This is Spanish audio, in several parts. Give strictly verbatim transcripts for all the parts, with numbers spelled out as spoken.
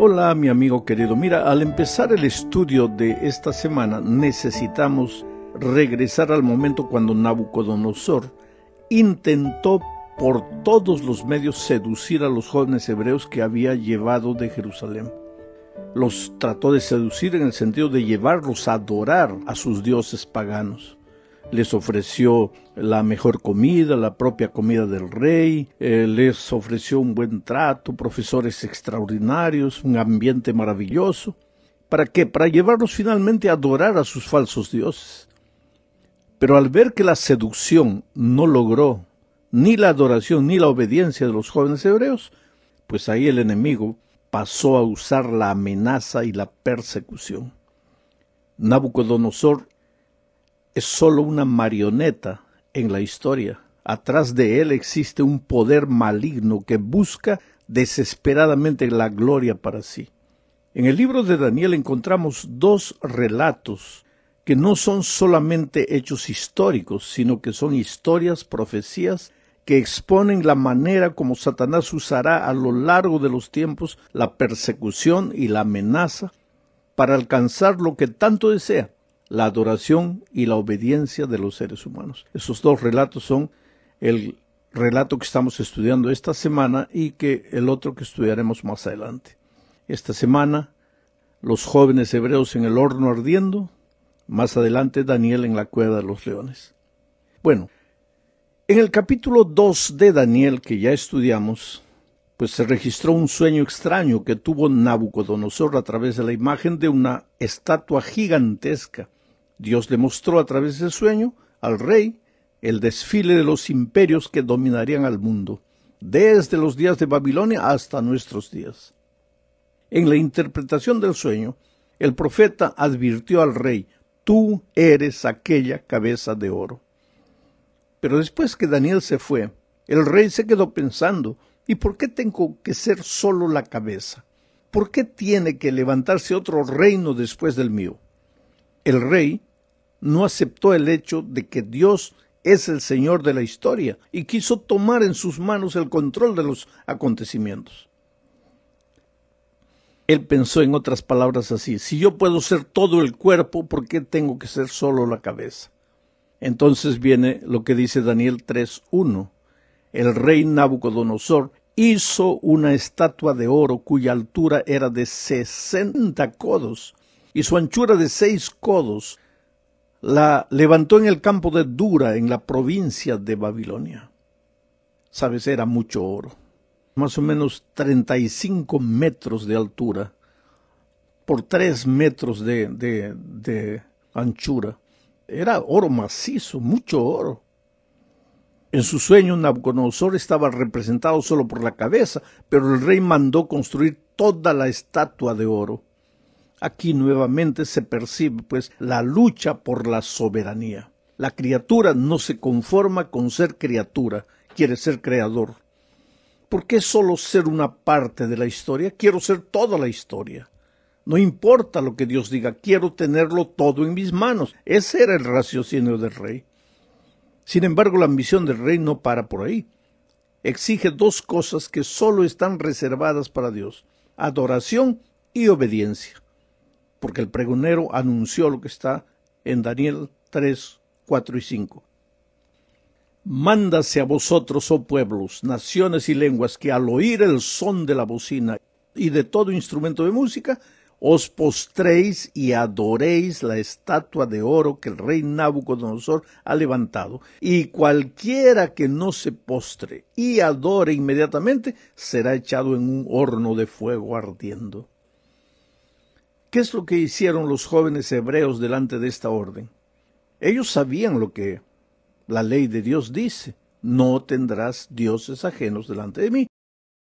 Hola mi amigo querido, mira, al empezar el estudio de esta semana necesitamos regresar al momento cuando Nabucodonosor intentó por todos los medios seducir a los jóvenes hebreos que había llevado de Jerusalén. Los trató de seducir en el sentido de llevarlos a adorar a sus dioses paganos. Les ofreció la mejor comida, la propia comida del rey, eh, les ofreció un buen trato, profesores extraordinarios, un ambiente maravilloso. ¿Para qué? Para llevarlos finalmente a adorar a sus falsos dioses. Pero al ver que la seducción no logró ni la adoración ni la obediencia de los jóvenes hebreos, pues ahí el enemigo pasó a usar la amenaza y la persecución. Nabucodonosor es solo una marioneta en la historia. Atrás de él existe un poder maligno que busca desesperadamente la gloria para sí. En el libro de Daniel encontramos dos relatos que no son solamente hechos históricos, sino que son historias, profecías, que exponen la manera como Satanás usará a lo largo de los tiempos la persecución y la amenaza para alcanzar lo que tanto desea, la adoración y la obediencia de los seres humanos. Esos dos relatos son el relato que estamos estudiando esta semana y que el otro que estudiaremos más adelante. Esta semana, los jóvenes hebreos en el horno ardiendo, más adelante Daniel en la cueva de los leones. Bueno, en el capítulo dos de Daniel que ya estudiamos, pues se registró un sueño extraño que tuvo Nabucodonosor a través de la imagen de una estatua gigantesca. Dios le mostró a través del sueño al rey el desfile de los imperios que dominarían al mundo, desde los días de Babilonia hasta nuestros días. En la interpretación del sueño, el profeta advirtió al rey: tú eres aquella cabeza de oro. Pero después que Daniel se fue, el rey se quedó pensando: ¿y por qué tengo que ser solo la cabeza? ¿Por qué tiene que levantarse otro reino después del mío? El rey no aceptó el hecho de que Dios es el Señor de la historia y quiso tomar en sus manos el control de los acontecimientos. Él pensó en otras palabras así: si yo puedo ser todo el cuerpo, ¿por qué tengo que ser solo la cabeza? Entonces viene lo que dice Daniel tres uno. El rey Nabucodonosor hizo una estatua de oro cuya altura era de sesenta codos y su anchura de seis codos. La levantó en el campo de Dura, en la provincia de Babilonia. Sabes, era mucho oro. Más o menos treinta y cinco metros de altura por tres metros de, de, de anchura. Era oro macizo, mucho oro. En su sueño, Nabucodonosor estaba representado solo por la cabeza, pero el rey mandó construir toda la estatua de oro. Aquí nuevamente se percibe, pues, la lucha por la soberanía. La criatura no se conforma con ser criatura, quiere ser creador. ¿Por qué solo ser una parte de la historia? Quiero ser toda la historia. No importa lo que Dios diga, quiero tenerlo todo en mis manos. Ese era el raciocinio del rey. Sin embargo, la ambición del rey no para por ahí. Exige dos cosas que solo están reservadas para Dios: adoración y obediencia. Porque el pregonero anunció lo que está en Daniel tres, cuatro y cinco. Mándase a vosotros, oh pueblos, naciones y lenguas, que al oír el son de la bocina y de todo instrumento de música, os postréis y adoréis la estatua de oro que el rey Nabucodonosor ha levantado. Y cualquiera que no se postre y adore inmediatamente será echado en un horno de fuego ardiendo. ¿Qué es lo que hicieron los jóvenes hebreos delante de esta orden? Ellos sabían lo que la ley de Dios dice: no tendrás dioses ajenos delante de mí.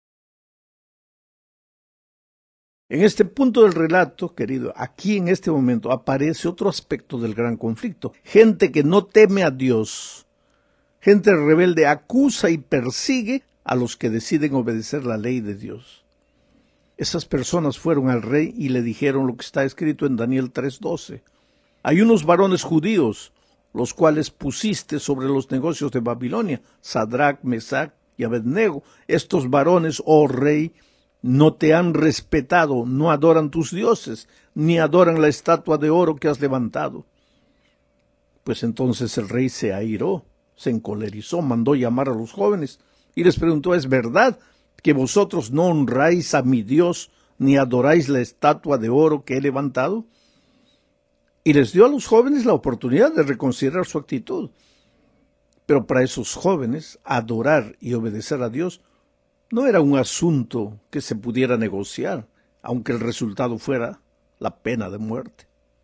En este punto del relato, querido, aquí en este momento aparece otro aspecto del gran conflicto. Gente que no teme a Dios, gente rebelde, acusa y persigue a los que deciden obedecer la ley de Dios. Esas personas fueron al rey y le dijeron lo que está escrito en Daniel tres doce. Hay unos varones judíos, los cuales pusiste sobre los negocios de Babilonia, Sadrach, Mesach y Abednego. Estos varones, oh rey, No te han respetado, no adoran tus dioses, ni adoran la estatua de oro que has levantado. Pues entonces el rey se airó, se encolerizó, mandó llamar a los jóvenes y les preguntó, ¿es verdad que vosotros no honráis a mi Dios ni adoráis la estatua de oro que he levantado? Y les dio a los jóvenes la oportunidad de reconsiderar su actitud. Pero para esos jóvenes, adorar y obedecer a Dios no era un asunto que se pudiera negociar, aunque el resultado fuera la pena de muerte.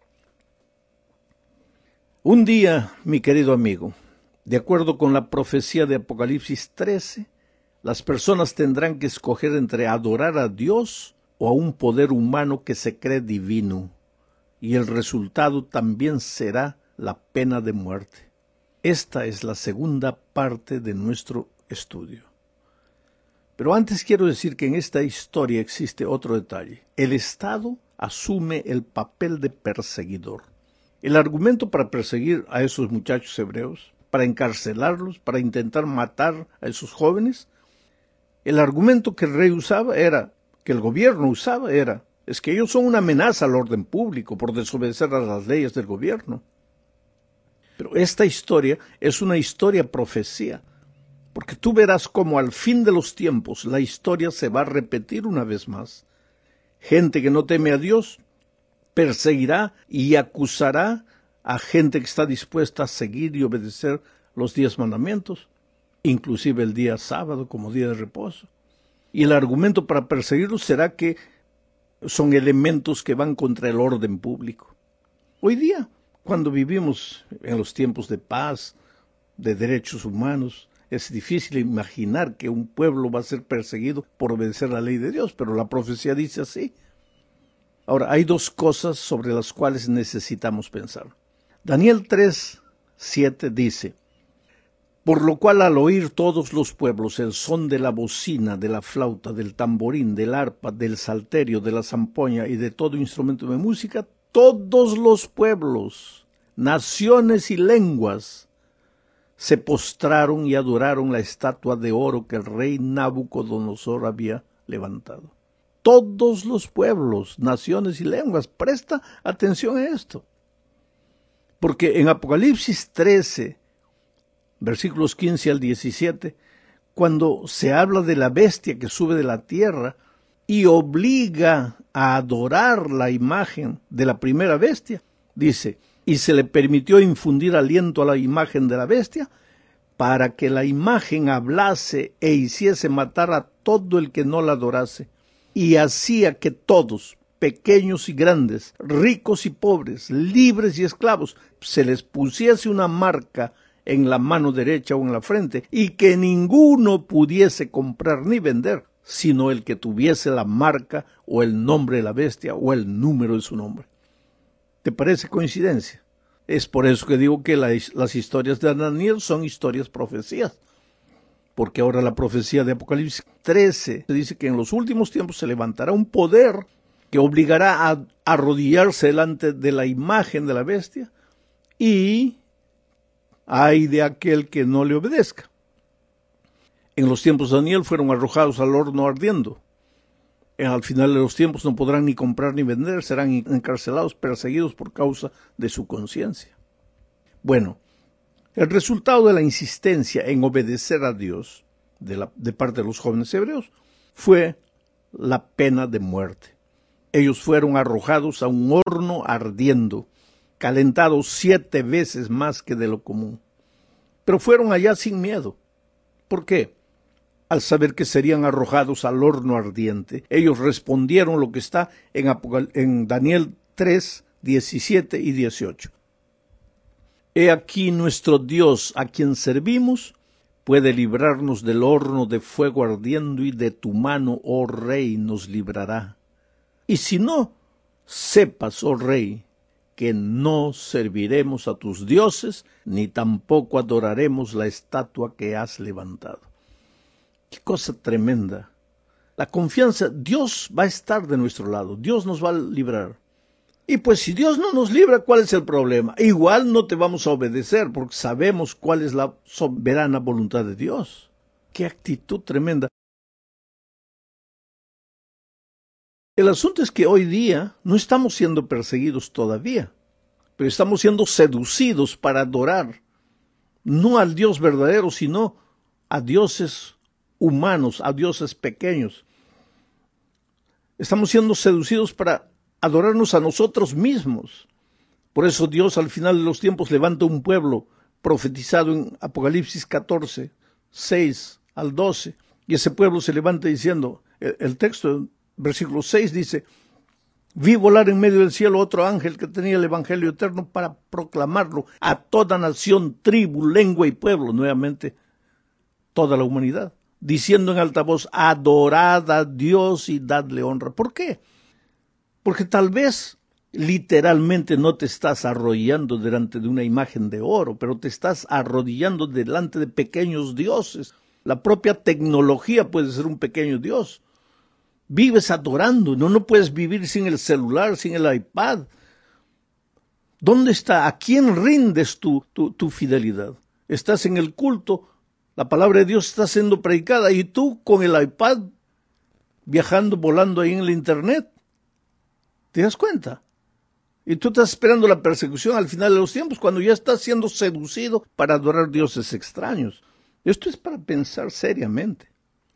Un día, mi querido amigo, de acuerdo con la profecía de Apocalipsis trece, las personas tendrán que escoger entre adorar a Dios o a un poder humano que se cree divino, y el resultado también será la pena de muerte. Esta es la segunda parte de nuestro estudio. Pero antes quiero decir que en esta historia existe otro detalle. El Estado asume el papel de perseguidor. El argumento para perseguir a esos muchachos hebreos, para encarcelarlos, para intentar matar a esos jóvenes, el argumento que el rey usaba era, que el gobierno usaba era, es que ellos son una amenaza al orden público por desobedecer a las leyes del gobierno. Pero esta historia es una historia profecía, porque tú verás cómo al fin de los tiempos la historia se va a repetir una vez más. Gente que no teme a Dios perseguirá y acusará a gente que está dispuesta a seguir y obedecer los diez mandamientos, inclusive el día sábado como día de reposo. Y el argumento para perseguirlos será que son elementos que van contra el orden público. Hoy día, cuando vivimos en los tiempos de paz, de derechos humanos, es difícil imaginar que un pueblo va a ser perseguido por obedecer la ley de Dios, pero la profecía dice así. Ahora, hay dos cosas sobre las cuales necesitamos pensar. Daniel tres, siete dice, por lo cual al oír todos los pueblos el son de la bocina, de la flauta, del tamborín, del arpa, del salterio, de la zampoña y de todo instrumento de música, todos los pueblos, naciones y lenguas se postraron y adoraron la estatua de oro que el rey Nabucodonosor había levantado. Todos los pueblos, naciones y lenguas, presta atención a esto. Porque en Apocalipsis trece, versículos quince al diecisiete, cuando se habla de la bestia que sube de la tierra y obliga a adorar la imagen de la primera bestia, dice, y se le permitió infundir aliento a la imagen de la bestia, para que la imagen hablase e hiciese matar a todo el que no la adorase, y hacía que todos, pequeños y grandes, ricos y pobres, libres y esclavos, se les pusiese una marca en la mano derecha o en la frente, y que ninguno pudiese comprar ni vender, sino el que tuviese la marca o el nombre de la bestia o el número de su nombre. ¿Te parece coincidencia? Es por eso que digo que la, las historias de Daniel son historias profecías, porque ahora la profecía de Apocalipsis trece dice que en los últimos tiempos se levantará un poder que obligará a arrodillarse delante de la imagen de la bestia, y ay de aquel que no le obedezca. En los tiempos de Daniel fueron arrojados al horno ardiendo. Al final de los tiempos no podrán ni comprar ni vender, serán encarcelados, perseguidos por causa de su conciencia. Bueno, el resultado de la insistencia en obedecer a Dios de, la, de parte de los jóvenes hebreos fue la pena de muerte. Ellos fueron arrojados a un horno ardiendo, calentados siete veces más que de lo común. Pero fueron allá sin miedo. ¿Por qué? Al saber que serían arrojados al horno ardiente, ellos respondieron lo que está en, Apocal- en Daniel tres, diecisiete y dieciocho. He aquí nuestro Dios, a quien servimos, puede librarnos del horno de fuego ardiendo, y de tu mano, oh Rey, nos librará. Y si no, sepas, oh Rey, que no serviremos a tus dioses, ni tampoco adoraremos la estatua que has levantado. Qué cosa tremenda. La confianza, Dios va a estar de nuestro lado, Dios nos va a librar. Y pues si Dios no nos libra, ¿cuál es el problema? Igual no te vamos a obedecer, porque sabemos cuál es la soberana voluntad de Dios. Qué actitud tremenda. El asunto es que hoy día no estamos siendo perseguidos todavía, pero estamos siendo seducidos para adorar no al Dios verdadero, sino a dioses humanos, a dioses pequeños. Estamos siendo seducidos para adorarnos a nosotros mismos. Por eso Dios al final de los tiempos levanta un pueblo profetizado en Apocalipsis catorce, seis al doce, y ese pueblo se levanta diciendo, el, el texto, versículo seis dice, vi volar en medio del cielo otro ángel que tenía el evangelio eterno para proclamarlo a toda nación, tribu, lengua y pueblo, nuevamente toda la humanidad, diciendo en alta voz, adorad a Dios y dadle honra. ¿Por qué? Porque tal vez literalmente no te estás arrodillando delante de una imagen de oro, pero te estás arrodillando delante de pequeños dioses. La propia tecnología puede ser un pequeño dios. Vives adorando, no, no puedes vivir sin el celular, sin el iPad. ¿Dónde está? ¿A quién rindes tu, tu, tu fidelidad? Estás en el culto, la palabra de Dios está siendo predicada y tú con el iPad viajando, volando ahí en el internet. ¿Te das cuenta? Y tú estás esperando la persecución al final de los tiempos cuando ya estás siendo seducido para adorar dioses extraños. Esto es para pensar seriamente.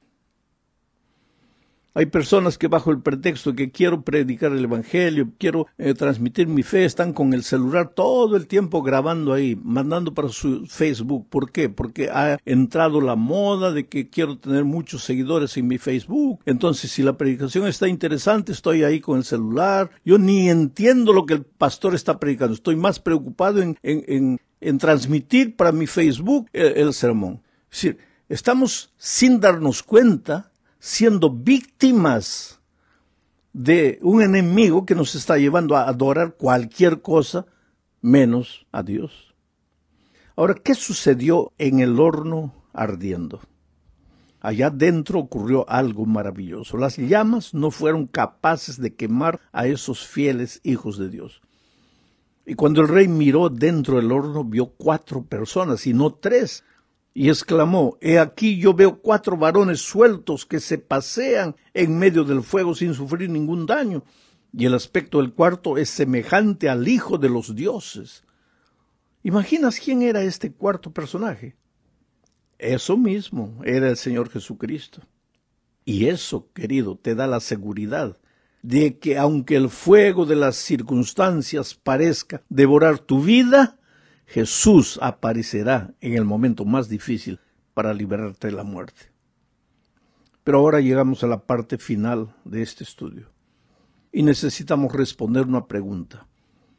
Hay personas que bajo el pretexto que quiero predicar el evangelio, quiero eh, transmitir mi fe, están con el celular todo el tiempo grabando ahí, mandando para su Facebook. ¿Por qué? Porque ha entrado la moda de que quiero tener muchos seguidores en mi Facebook. Entonces, si la predicación está interesante, estoy ahí con el celular. Yo ni entiendo lo que el pastor está predicando. Estoy más preocupado en, en, en, en transmitir para mi Facebook el, el sermón. Es decir, estamos sin darnos cuenta siendo víctimas de un enemigo que nos está llevando a adorar cualquier cosa menos a Dios. Ahora, ¿qué sucedió en el horno ardiendo? Allá dentro ocurrió algo maravilloso. Las llamas no fueron capaces de quemar a esos fieles hijos de Dios. Y cuando el rey miró dentro del horno, vio cuatro personas y no tres. Y exclamó, he aquí yo veo cuatro varones sueltos que se pasean en medio del fuego sin sufrir ningún daño. Y el aspecto del cuarto es semejante al Hijo de los dioses. ¿Imaginas quién era este cuarto personaje? Eso mismo, era el Señor Jesucristo. Y eso, querido, te da la seguridad de que aunque el fuego de las circunstancias parezca devorar tu vida, Jesús aparecerá en el momento más difícil para liberarte de la muerte. Pero ahora llegamos a la parte final de este estudio y necesitamos responder una pregunta.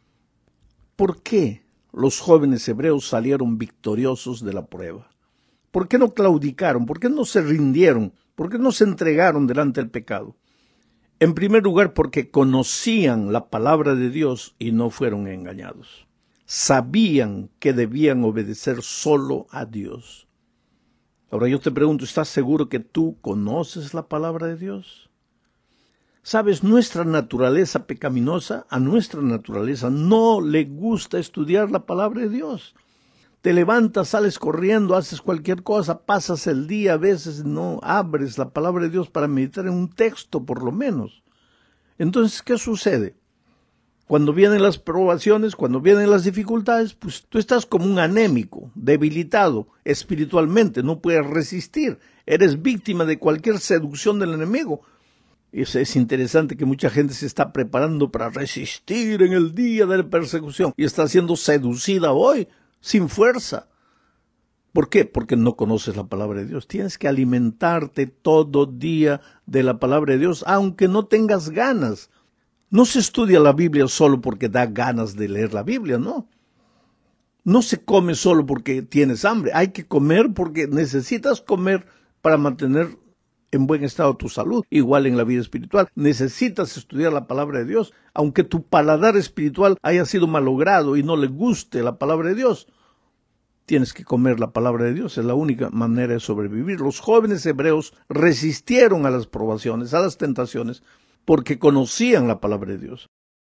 ¿Por qué los jóvenes hebreos salieron victoriosos de la prueba? ¿Por qué no claudicaron? ¿Por qué no se rindieron? ¿Por qué no se entregaron delante del pecado? En primer lugar, porque conocían la palabra de Dios y no fueron engañados. Sabían que debían obedecer solo a Dios. Ahora yo te pregunto, ¿estás seguro que tú conoces la palabra de Dios? ¿Sabes? Nuestra naturaleza pecaminosa, a nuestra naturaleza no le gusta estudiar la palabra de Dios. Te levantas, sales corriendo, haces cualquier cosa, pasas el día, a veces no abres la palabra de Dios para meditar en un texto por lo menos. Entonces, ¿qué sucede? Cuando vienen las probaciones, cuando vienen las dificultades, pues tú estás como un anémico, debilitado espiritualmente, no puedes resistir, eres víctima de cualquier seducción del enemigo. Es, es interesante que mucha gente se está preparando para resistir en el día de la persecución y está siendo seducida hoy sin fuerza. ¿Por qué? Porque no conoces la palabra de Dios. Tienes que alimentarte todo día de la palabra de Dios, aunque no tengas ganas. No se estudia la Biblia solo porque da ganas de leer la Biblia, no. No se come solo porque tienes hambre. Hay que comer porque necesitas comer para mantener en buen estado tu salud. Igual en la vida espiritual. Necesitas estudiar la palabra de Dios. Aunque tu paladar espiritual haya sido malogrado y no le guste la palabra de Dios, tienes que comer la palabra de Dios. Es la única manera de sobrevivir. Los jóvenes hebreos resistieron a las probaciones, a las tentaciones, porque conocían la palabra de Dios.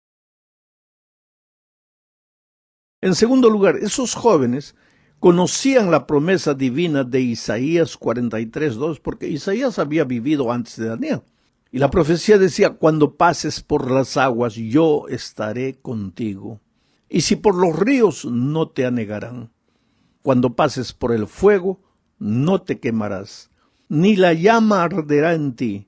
En segundo lugar, esos jóvenes conocían la promesa divina de Isaías cuarenta y tres, dos, porque Isaías había vivido antes de Daniel. Y la profecía decía, cuando pases por las aguas, yo estaré contigo. Y si por los ríos, no te anegarán. Cuando pases por el fuego, no te quemarás, ni la llama arderá en ti.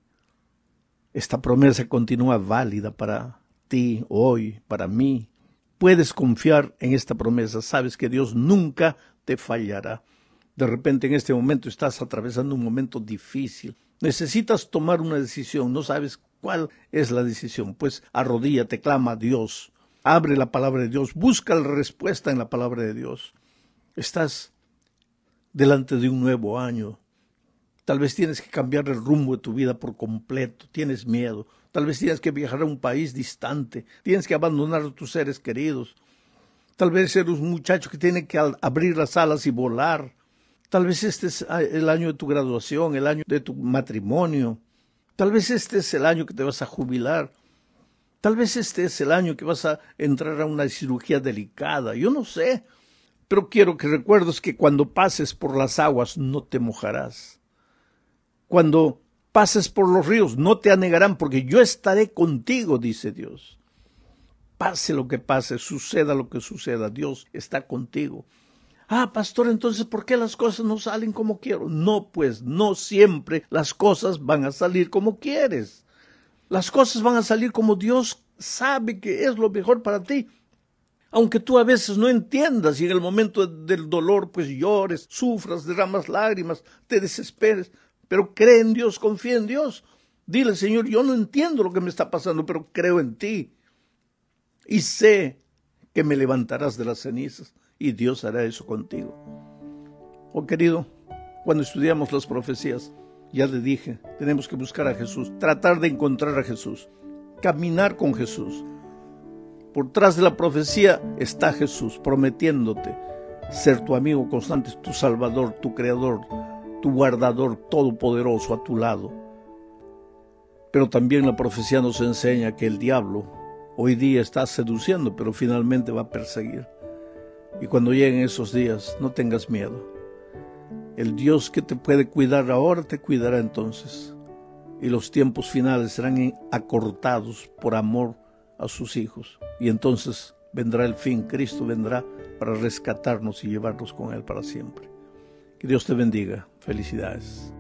Esta promesa continúa válida para ti hoy, para mí. Puedes confiar en esta promesa. Sabes que Dios nunca te fallará. De repente en este momento estás atravesando un momento difícil. Necesitas tomar una decisión. No sabes cuál es la decisión. Pues arrodíllate, clama a Dios. Abre la palabra de Dios. Busca la respuesta en la palabra de Dios. Estás delante de un nuevo año. Tal vez tienes que cambiar el rumbo de tu vida por completo. Tienes miedo. Tal vez tienes que viajar a un país distante. Tienes que abandonar a tus seres queridos. Tal vez eres un muchacho que tiene que abrir las alas y volar. Tal vez este es el año de tu graduación, el año de tu matrimonio. Tal vez este es el año que te vas a jubilar. Tal vez este es el año que vas a entrar a una cirugía delicada. Yo no sé. Pero quiero que recuerdes que cuando pases por las aguas no te mojarás. Cuando pases por los ríos no te anegarán, porque yo estaré contigo, dice Dios. Pase lo que pase, suceda lo que suceda, Dios está contigo. Ah, pastor, entonces, ¿por qué las cosas no salen como quiero? No, pues, no siempre las cosas van a salir como quieres. Las cosas van a salir como Dios sabe que es lo mejor para ti. Aunque tú a veces no entiendas y en el momento del dolor pues llores, sufras, derramas lágrimas, te desesperes, pero cree en Dios, confía en Dios. Dile, Señor, yo no entiendo lo que me está pasando, pero creo en ti. Y sé que me levantarás de las cenizas y Dios hará eso contigo. Oh querido, cuando estudiamos las profecías, ya le dije, tenemos que buscar a Jesús, tratar de encontrar a Jesús, caminar con Jesús. Por tras de la profecía está Jesús prometiéndote ser tu amigo constante, tu salvador, tu creador, tu guardador todopoderoso a tu lado. Pero también la profecía nos enseña que el diablo hoy día está seduciendo, pero finalmente va a perseguir. Y cuando lleguen esos días, no tengas miedo. El Dios que te puede cuidar ahora te cuidará entonces. Y los tiempos finales serán acortados por amor a sus hijos. Y entonces vendrá el fin. Cristo vendrá para rescatarnos y llevarnos con Él para siempre. Que Dios te bendiga. Felicidades.